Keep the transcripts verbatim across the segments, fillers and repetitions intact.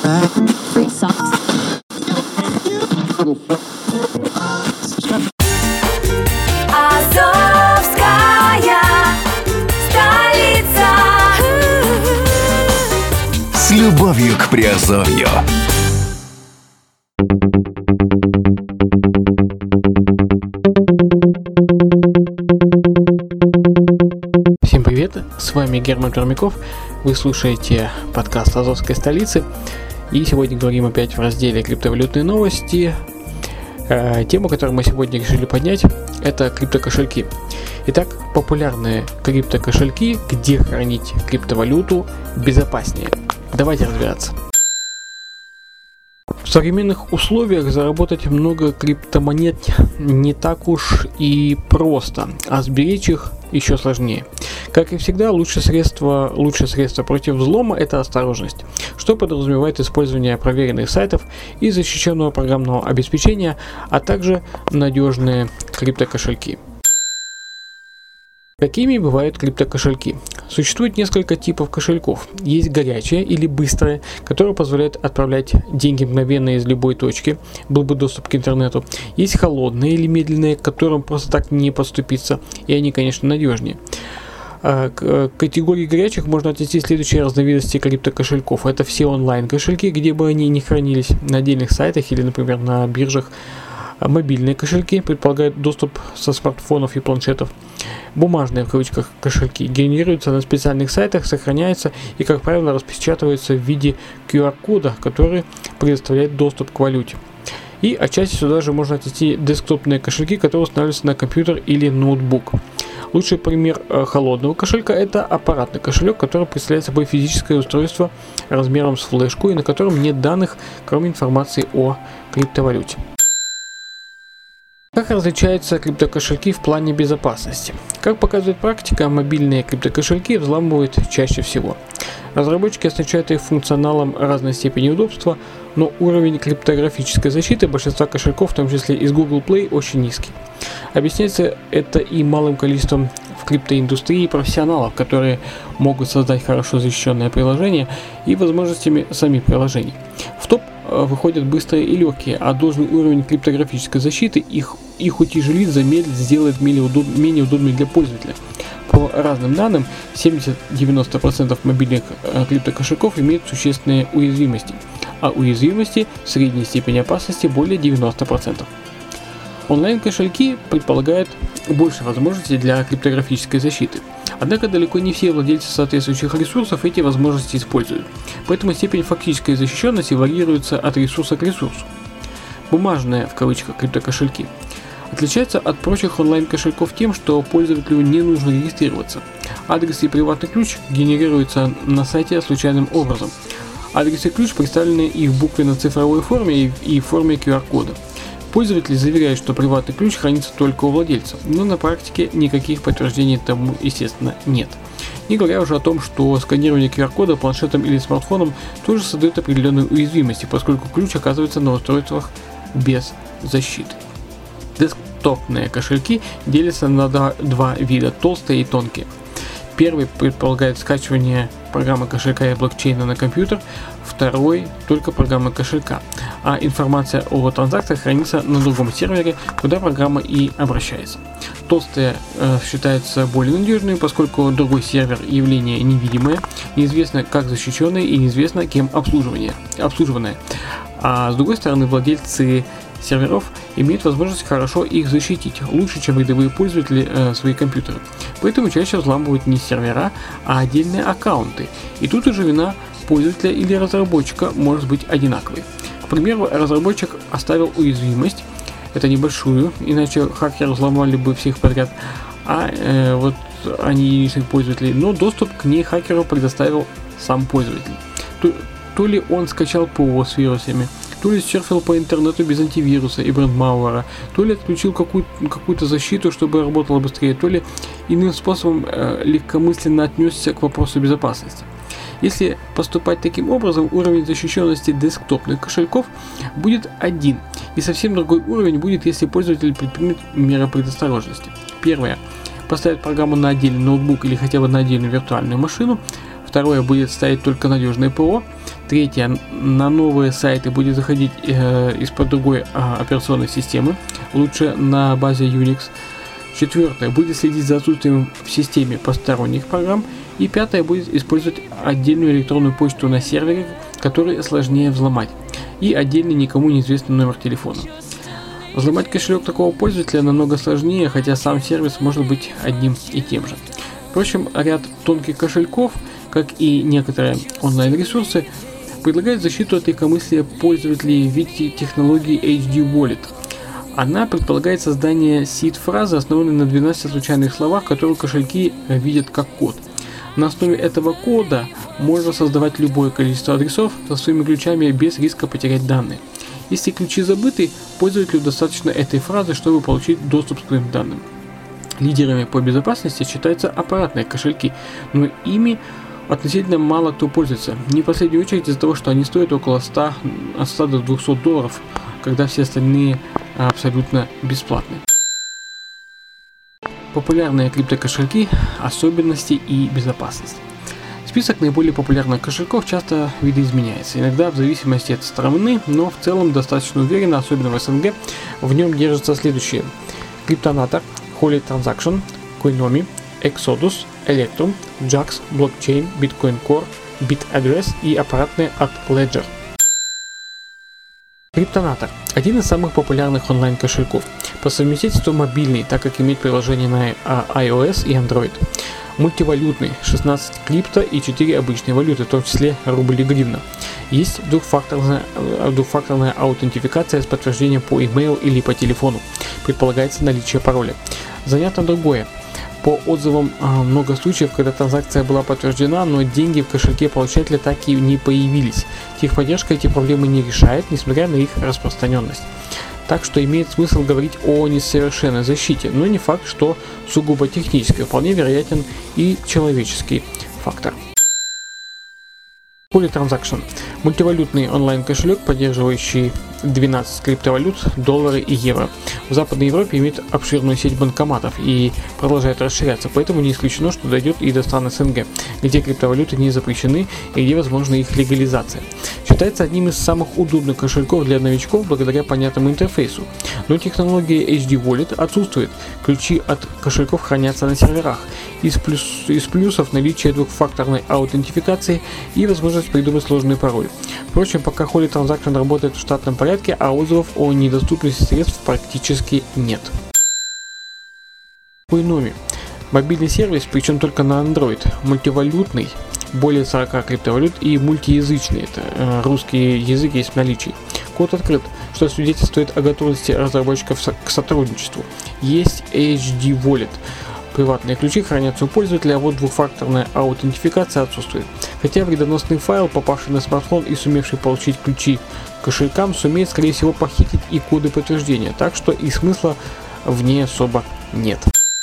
столица. С любовью к Приазовью. Всем привет, с вами Герман Пермяков, вы слушаете подкаст Азовской столицы, и сегодня говорим опять в разделе криптовалютные новости. Тему, которую мы сегодня решили поднять, это криптокошельки. Итак, популярные криптокошельки, где хранить криптовалюту безопаснее. Давайте разбираться. В современных условиях заработать много криптомонет не так уж и просто, а сберечь их еще сложнее. Как и всегда, лучшее средство, лучшее средство против взлома – это осторожность, что подразумевает использование проверенных сайтов и защищенного программного обеспечения, а также надежные криптокошельки. Какими бывают криптокошельки? Существует несколько типов кошельков. Есть горячие или быстрые, которые позволяют отправлять деньги мгновенно из любой точки, был бы доступ к интернету. Есть холодные или медленные, к которым просто так не подступиться, и они, конечно, надежнее. К категории горячих можно отнести следующие разновидности криптокошельков. Это все онлайн-кошельки, где бы они ни хранились, на отдельных сайтах или, например, на биржах. Мобильные кошельки предполагают доступ со смартфонов и планшетов. Бумажные в кавычках кошельки генерируются на специальных сайтах, сохраняются и, как правило, распечатываются в виде ку ар-кода, который предоставляет доступ к валюте. И отчасти сюда же можно отнести десктопные кошельки, которые устанавливаются на компьютер или ноутбук. Лучший пример холодного кошелька – это аппаратный кошелек, который представляет собой физическое устройство размером с флешку и на котором нет данных, кроме информации о криптовалюте. Как различаются криптокошельки в плане безопасности? Как показывает практика, мобильные криптокошельки взламывают чаще всего. Разработчики оснащают их функционалом разной степени удобства, но уровень криптографической защиты большинства кошельков, в том числе из Google Play, очень низкий. Объясняется это и малым количеством в криптоиндустрии профессионалов, которые могут создать хорошо защищенное приложение, и возможностями самих приложений. В топ выходят быстрые и легкие, а должный уровень криптографической защиты их, их утяжелит, замедлит, сделает менее, удоб, менее удобным для пользователя. По разным данным, семьдесят-девяносто процентов мобильных э, криптокошельков имеют существенные уязвимости, а уязвимости средней степени опасности более девяноста процентов. Онлайн-кошельки предполагают больше возможностей для криптографической защиты. Однако далеко не все владельцы соответствующих ресурсов эти возможности используют, поэтому степень фактической защищенности варьируется от ресурса к ресурсу. Бумажные в кавычках криптокошельки отличаются от прочих онлайн-кошельков тем, что пользователю не нужно регистрироваться. Адрес и приватный ключ генерируются на сайте случайным образом. Адрес и ключ представлены и в буквенно-цифровой форме, и в форме ку ар-кода. Пользователь заверяет, что приватный ключ хранится только у владельца, но на практике никаких подтверждений тому, естественно, нет. Не говоря уже о том, что сканирование ку ар-кода планшетом или смартфоном тоже создает определенные уязвимости, поскольку ключ оказывается на устройствах без защиты. Десктопные кошельки делятся на два вида – толстые и тонкие. Первый предполагает скачивание программы кошелька и блокчейна на компьютер, второй – только программы кошелька, а информация о транзакциях хранится на другом сервере, куда программа и обращается. Толстые э, считаются более надежными, поскольку другой сервер – явление невидимое, неизвестно как защищенное и неизвестно кем обслуживание, обслуживанное. А с другой стороны, владельцы серверов имеют возможность хорошо их защитить, лучше, чем рядовые пользователи э, свои компьютеры. Поэтому чаще взламывают не сервера, а отдельные аккаунты. И тут уже вина пользователя или разработчика может быть одинаковой. К примеру, разработчик оставил уязвимость, это небольшую, иначе хакеры взломали бы всех подряд, а э, вот они единичных пользователей, но доступ к ней хакеру предоставил сам пользователь. То, то ли он скачал ПО с вирусами, то ли серфил по интернету без антивируса и брендмауэра, то ли отключил какую-то, какую-то защиту, чтобы работало быстрее, то ли иным способом э, легкомысленно отнесся к вопросу безопасности. Если поступать таким образом, уровень защищенности десктопных кошельков будет один, и совсем другой уровень будет, если пользователь предпримет меры предосторожности. Первое. Поставить программу на отдельный ноутбук или хотя бы на отдельную виртуальную машину. Второе. Будет ставить только надежное ПО. Третье, на новые сайты будет заходить э, из-под другой э, операционной системы, лучше на базе Unix. Четвертое, будет следить за отсутствием в системе посторонних программ. И пятое, будет использовать отдельную электронную почту на сервере, который сложнее взломать. И отдельный никому неизвестный номер телефона. Взломать кошелек такого пользователя намного сложнее, хотя сам сервис может быть одним и тем же. Впрочем, ряд тонких кошельков, как и некоторые онлайн-ресурсы, предлагает защиту от легкомыслия пользователей в виде технологии эйч ди Wallet. Она предполагает создание сид-фразы, основанной на двенадцати случайных словах, которые кошельки видят как код. На основе этого кода можно создавать любое количество адресов со своими ключами без риска потерять данные. Если ключи забыты, пользователю достаточно этой фразы, чтобы получить доступ к своим данным. Лидерами по безопасности считаются аппаратные кошельки, но ими относительно мало кто пользуется, не в последнюю очередь из-за того, что они стоят около ста, от ста до двухсот долларов, когда все остальные абсолютно бесплатны. Популярные криптокошельки, особенности и безопасность. Список наиболее популярных кошельков часто видоизменяется, иногда в зависимости от страны, но в целом достаточно уверенно, особенно в эс эн гэ, в нем держатся следующие: Cryptonator, Holy Transaction, Coinomi, Exodus, Electrum, Jaxx, Blockchain, Bitcoin Core, BitAddress и аппаратные от Ledger. Cryptonator – один из самых популярных онлайн-кошельков. По совместительству мобильный, так как имеет приложение на iOS и Android. Мультивалютный – шестнадцать крипто и четыре обычные валюты, в том числе рубль и гривна. Есть двухфакторная, двухфакторная аутентификация с подтверждением по email или по телефону. Предполагается наличие пароля. Занятно другое. По отзывам, много случаев, когда транзакция была подтверждена, но деньги в кошельке получателя так и не появились. Техподдержка эти проблемы не решает, несмотря на их распространенность. Так что имеет смысл говорить о несовершенной защите, но не факт, что сугубо технически, вполне вероятен и человеческий фактор. Holy Transaction – мультивалютный онлайн-кошелек, поддерживающий двенадцать криптовалют, доллары и евро. В Западной Европе имеет обширную сеть банкоматов и продолжает расширяться, поэтому не исключено, что дойдет и до стран эс эн гэ, где криптовалюты не запрещены и где возможна их легализация. Считается одним из самых удобных кошельков для новичков благодаря понятному интерфейсу. Но технология эйч ди Wallet отсутствует, ключи от кошельков хранятся на серверах. Из, плюс, из плюсов наличие двухфакторной аутентификации и возможность придумать сложный пароль. Впрочем, пока Holy Transaction работает в штатном порядке, а отзывов о недоступности средств практически нет. Coinomi – мобильный сервис, причем только на Android, мультивалютный, более сорока криптовалют и мультиязычный, это э, русский язык есть в наличии. Код открыт, что свидетельствует о готовности разработчиков со- к сотрудничеству. Есть эйч ди Wallet. Приватные ключи хранятся у пользователя, а вот двухфакторная аутентификация отсутствует. Хотя вредоносный файл, попавший на смартфон и сумевший получить ключи к кошелькам, сумеет, скорее всего, похитить и коды подтверждения, так что и смысла в ней особо нет.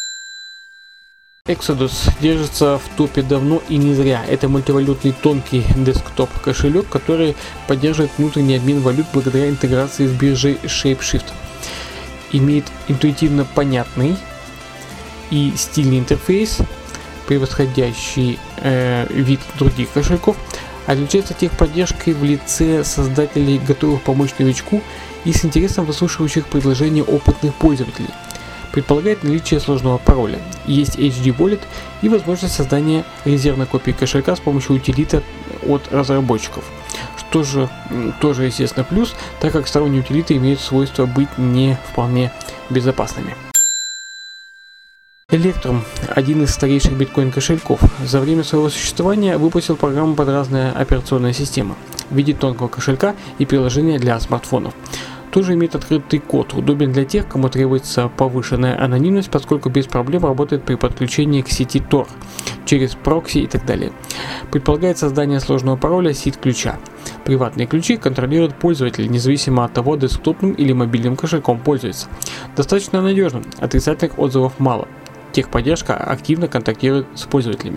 Exodus держится в топе давно и не зря. Это мультивалютный тонкий десктоп кошелек, который поддерживает внутренний обмен валют благодаря интеграции с биржей Shapeshift. Имеет интуитивно понятный и стильный интерфейс, превосходящий э, вид других кошельков, отличается техподдержкой в лице создателей, готовых помочь новичку и с интересом выслушивающих предложения опытных пользователей. Предполагает наличие сложного пароля. Есть эйч ди Wallet и возможность создания резервной копии кошелька с помощью утилита от разработчиков. Что же тоже, естественно, плюс, так как сторонние утилиты имеют свойство быть не вполне безопасными. Electrum – один из старейших биткоин-кошельков. За время своего существования выпустил программу под разные операционные системы в виде тонкого кошелька и приложения для смартфонов. Тоже имеет открытый код, удобен для тех, кому требуется повышенная анонимность, поскольку без проблем работает при подключении к сети тор, через прокси и так далее. Предполагает создание сложного пароля сид-ключа. Приватные ключи контролирует пользователь, независимо от того, десктопным или мобильным кошельком пользуется. Достаточно надежным, отрицательных отзывов мало. Техподдержка активно контактирует с пользователями.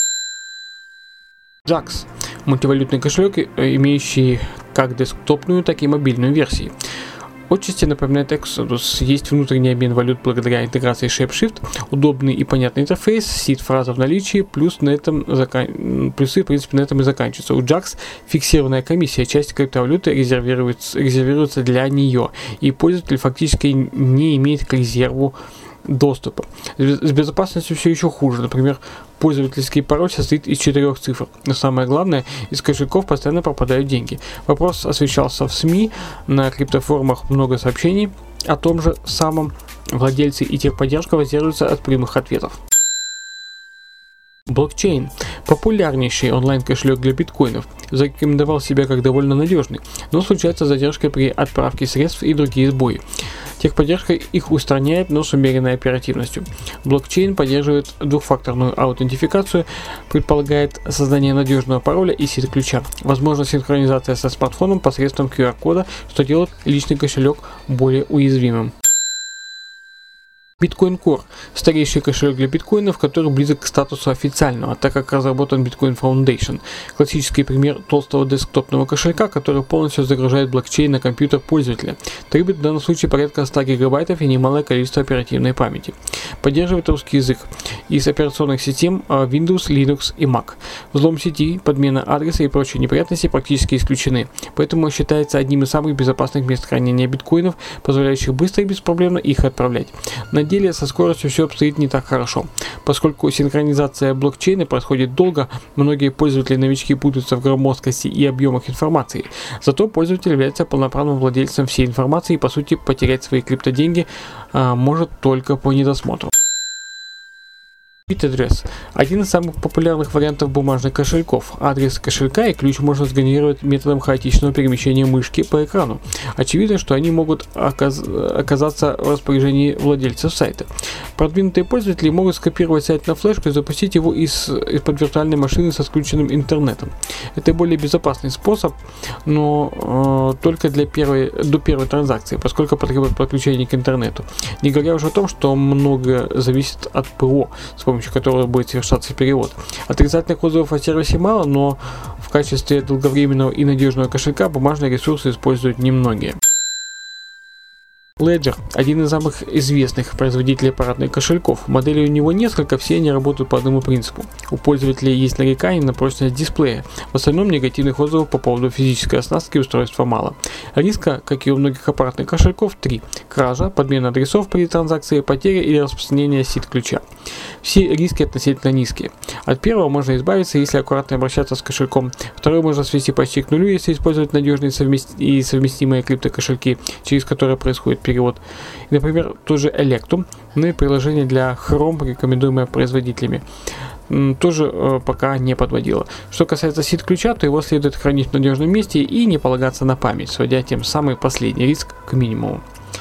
Jaxx – мультивалютный кошелек, имеющий как десктопную, так и мобильную версии. Отчасти напоминает Exodus. Есть внутренний обмен валют благодаря интеграции Shapeshift, удобный и понятный интерфейс, сид-фраза в наличии, плюс на этом закан... плюсы, в принципе, на этом и заканчиваются. У Jaxx фиксированная комиссия, часть криптовалюты резервируется, резервируется для нее, и пользователь фактически не имеет к резерву доступа. С безопасностью все еще хуже. Например, пользовательский пароль состоит из четырех цифр. Но самое главное, из кошельков постоянно пропадают деньги. Вопрос освещался в СМИ, на криптофорумах много сообщений о том же самом. Владельцы и техподдержка воздерживаются от прямых ответов. Блокчейн, популярнейший онлайн-кошелек для биткоинов, зарекомендовал себя как довольно надежный, но случается задержка при отправке средств и другие сбои. Техподдержка их устраняет, но с умеренной оперативностью. Блокчейн поддерживает двухфакторную аутентификацию, предполагает создание надежного пароля и сид-ключа, возможно синхронизация со смартфоном посредством ку ар-кода, что делает личный кошелек более уязвимым. Bitcoin Core – старейший кошелек для биткоинов, который близок к статусу официального, так как разработан Bitcoin Foundation. Классический пример толстого десктопного кошелька, который полностью загружает блокчейн на компьютер пользователя. Требует в данном случае порядка ста гигабайтов и немалое количество оперативной памяти. Поддерживает русский язык из операционных систем Windows, Linux и Mac. Взлом сети, подмена адреса и прочие неприятности практически исключены, поэтому считается одним из самых безопасных мест хранения биткоинов, позволяющих быстро и беспроблемно их отправлять. На деле со скоростью все обстоит не так хорошо. Поскольку синхронизация блокчейна происходит долго, многие пользователи-новички путаются в громоздкости и объемах информации. Зато пользователь является полноправным владельцем всей информации и по сути потерять свои криптоденьги а, может только по недосмотру. Bitaddress – один из самых популярных вариантов бумажных кошельков. Адрес кошелька и ключ можно сгенерировать методом хаотичного перемещения мышки по экрану. Очевидно, что они могут оказ оказаться в распоряжении владельцев сайта. Продвинутые пользователи могут скопировать сайт на флешку и запустить его из, из-под виртуальной машины со включенным интернетом. Это более безопасный способ, но э, только для первой, до первой транзакции, поскольку потребует подключения к интернету. Не говоря уже о том, что многое зависит от ПО, с помощью которого будет совершаться перевод. Отрицательных отзывов о сервисе мало, но в качестве долговременного и надежного кошелька бумажные ресурсы используют немногие. Ledger – один из самых известных производителей аппаратных кошельков. Моделей у него несколько, все они работают по одному принципу. У пользователей есть нарекания на прочность дисплея. В остальном негативных отзывов по поводу физической оснастки устройства мало. Риска, как и у многих аппаратных кошельков, три. Кража, подмена адресов при транзакции, потеря или распространение сид-ключа. Все риски относительно низкие. От первого можно избавиться, если аккуратно обращаться с кошельком. Второй можно свести почти к нулю, если использовать надежные совмест... и совместимые криптокошельки, через которые происходит перевод. Например, тот же Electrum, ну и приложение для Chrome, рекомендуемое производителями, тоже э, пока не подводило. Что касается сид-ключа, то его следует хранить в надежном месте и не полагаться на память, сводя тем самый последний риск к минимуму.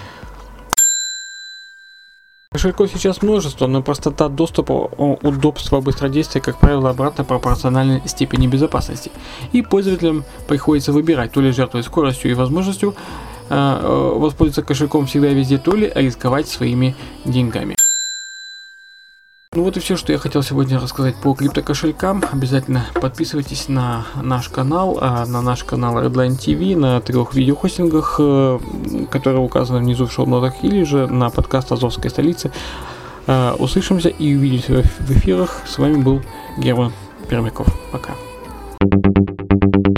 Кошельков сейчас множество, но простота доступа, удобство быстродействия, как правило, обратно пропорциональны степени безопасности. И пользователям приходится выбирать, то ли жертвовать скоростью и возможностью э, воспользоваться кошельком всегда и везде, то ли рисковать своими деньгами. Ну вот и все, что я хотел сегодня рассказать по криптокошелькам. Обязательно подписывайтесь на наш канал, на наш канал Redline ти ви, на трех видеохостингах, которые указаны внизу в шоу-нотах, или же на подкаст Азовской столицы. Услышимся и увидимся в эфирах. С вами был Герман Пермяков. Пока.